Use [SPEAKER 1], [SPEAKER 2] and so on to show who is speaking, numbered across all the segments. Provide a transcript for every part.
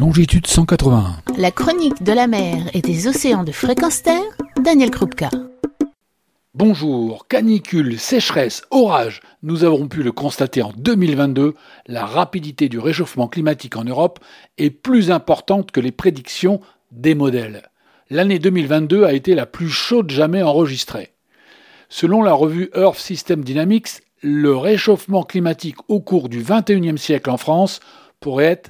[SPEAKER 1] longitude 181.
[SPEAKER 2] La chronique de la mer et des océans de Fréquence Terre, Daniel Krupka.
[SPEAKER 1] Bonjour, canicule, sécheresse, orage, nous avons pu le constater en 2022, la rapidité du réchauffement climatique en Europe est plus importante que les prédictions des modèles. L'année 2022 a été la plus chaude jamais enregistrée. Selon la revue Earth System Dynamics, le réchauffement climatique au cours du XXIe siècle en France pourrait être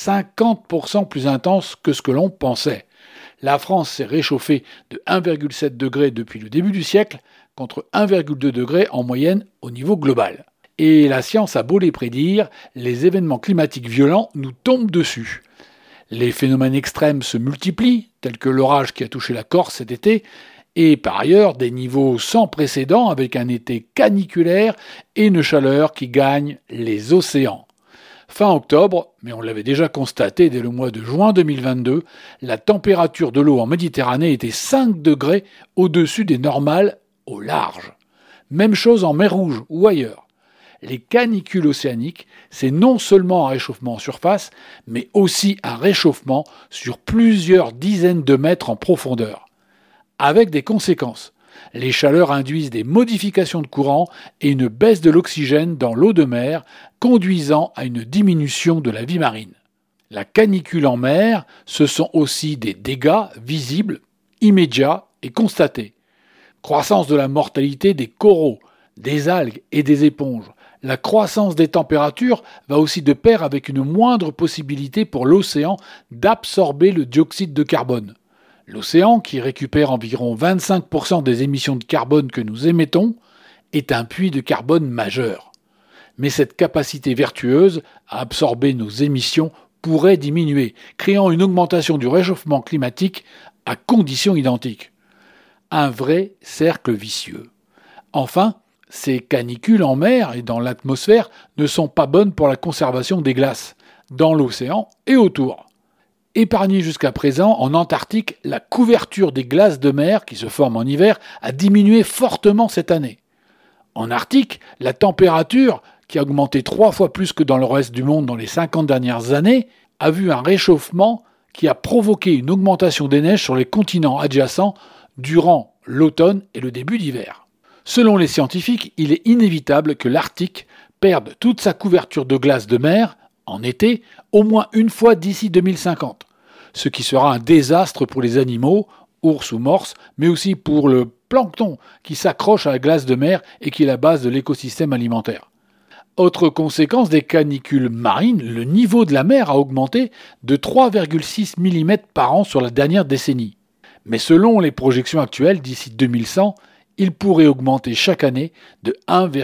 [SPEAKER 1] 50% plus intense que ce que l'on pensait. La France s'est réchauffée de 1,7 degré depuis le début du siècle, contre 1,2 degré en moyenne au niveau global. Et la science a beau les prédire, les événements climatiques violents nous tombent dessus. Les phénomènes extrêmes se multiplient, tels que l'orage qui a touché la Corse cet été, et par ailleurs des niveaux sans précédent avec un été caniculaire et une chaleur qui gagne les océans. Fin octobre, mais on l'avait déjà constaté dès le mois de juin 2022, la température de l'eau en Méditerranée était 5 degrés au-dessus des normales au large. Même chose en mer Rouge ou ailleurs. Les canicules océaniques, c'est non seulement un réchauffement en surface, mais aussi un réchauffement sur plusieurs dizaines de mètres en profondeur. Avec des conséquences. Les chaleurs induisent des modifications de courant et une baisse de l'oxygène dans l'eau de mer, conduisant à une diminution de la vie marine. La canicule en mer, ce sont aussi des dégâts visibles, immédiats et constatés. Croissance de la mortalité des coraux, des algues et des éponges. La croissance des températures va aussi de pair avec une moindre possibilité pour l'océan d'absorber le dioxyde de carbone. L'océan, qui récupère environ 25% des émissions de carbone que nous émettons, est un puits de carbone majeur. Mais cette capacité vertueuse à absorber nos émissions pourrait diminuer, créant une augmentation du réchauffement climatique à conditions identiques. Un vrai cercle vicieux. Enfin, ces canicules en mer et dans l'atmosphère ne sont pas bonnes pour la conservation des glaces, dans l'océan et autour. Épargnée jusqu'à présent, en Antarctique, la couverture des glaces de mer qui se forment en hiver a diminué fortement cette année. En Arctique, la température, qui a augmenté 3 fois plus que dans le reste du monde dans les 50 dernières années, a vu un réchauffement qui a provoqué une augmentation des neiges sur les continents adjacents durant l'automne et le début d'hiver. Selon les scientifiques, il est inévitable que l'Arctique perde toute sa couverture de glace de mer en été, au moins une fois d'ici 2050, ce qui sera un désastre pour les animaux, ours ou morses, mais aussi pour le plancton qui s'accroche à la glace de mer et qui est la base de l'écosystème alimentaire. Autre conséquence des canicules marines, le niveau de la mer a augmenté de 3,6 mm par an sur la dernière décennie. Mais selon les projections actuelles, d'ici 2100, il pourrait augmenter chaque année de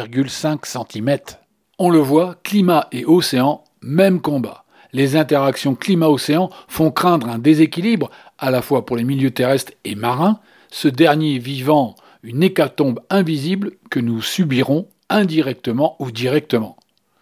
[SPEAKER 1] 1,5 cm. On le voit, climat et océan, même combat. Les interactions climat-océan font craindre un déséquilibre à la fois pour les milieux terrestres et marins, ce dernier vivant une hécatombe invisible que nous subirons indirectement ou directement.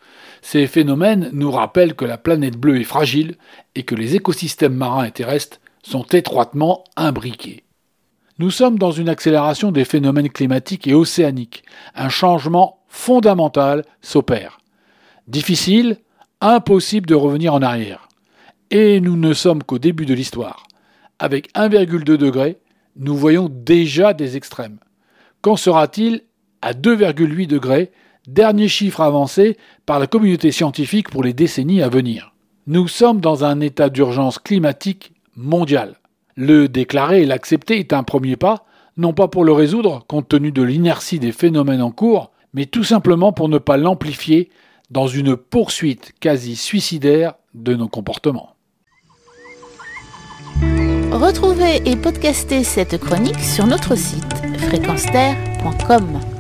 [SPEAKER 1] Ces phénomènes nous rappellent que la planète bleue est fragile et que les écosystèmes marins et terrestres sont étroitement imbriqués. Nous sommes dans une accélération des phénomènes climatiques et océaniques. Un changement fondamental s'opère. Difficile, impossible de revenir en arrière. Et nous ne sommes qu'au début de l'histoire. Avec 1,2 degré, nous voyons déjà des extrêmes. Qu'en sera-t-il à 2,8 degrés, dernier chiffre avancé par la communauté scientifique pour les décennies à venir? Nous sommes dans un état d'urgence climatique mondial. Le déclarer et l'accepter est un premier pas, non pas pour le résoudre compte tenu de l'inertie des phénomènes en cours, mais tout simplement pour ne pas l'amplifier dans une poursuite quasi suicidaire de nos comportements.
[SPEAKER 2] Retrouvez et podcastez cette chronique sur notre site fréquenceterre.com.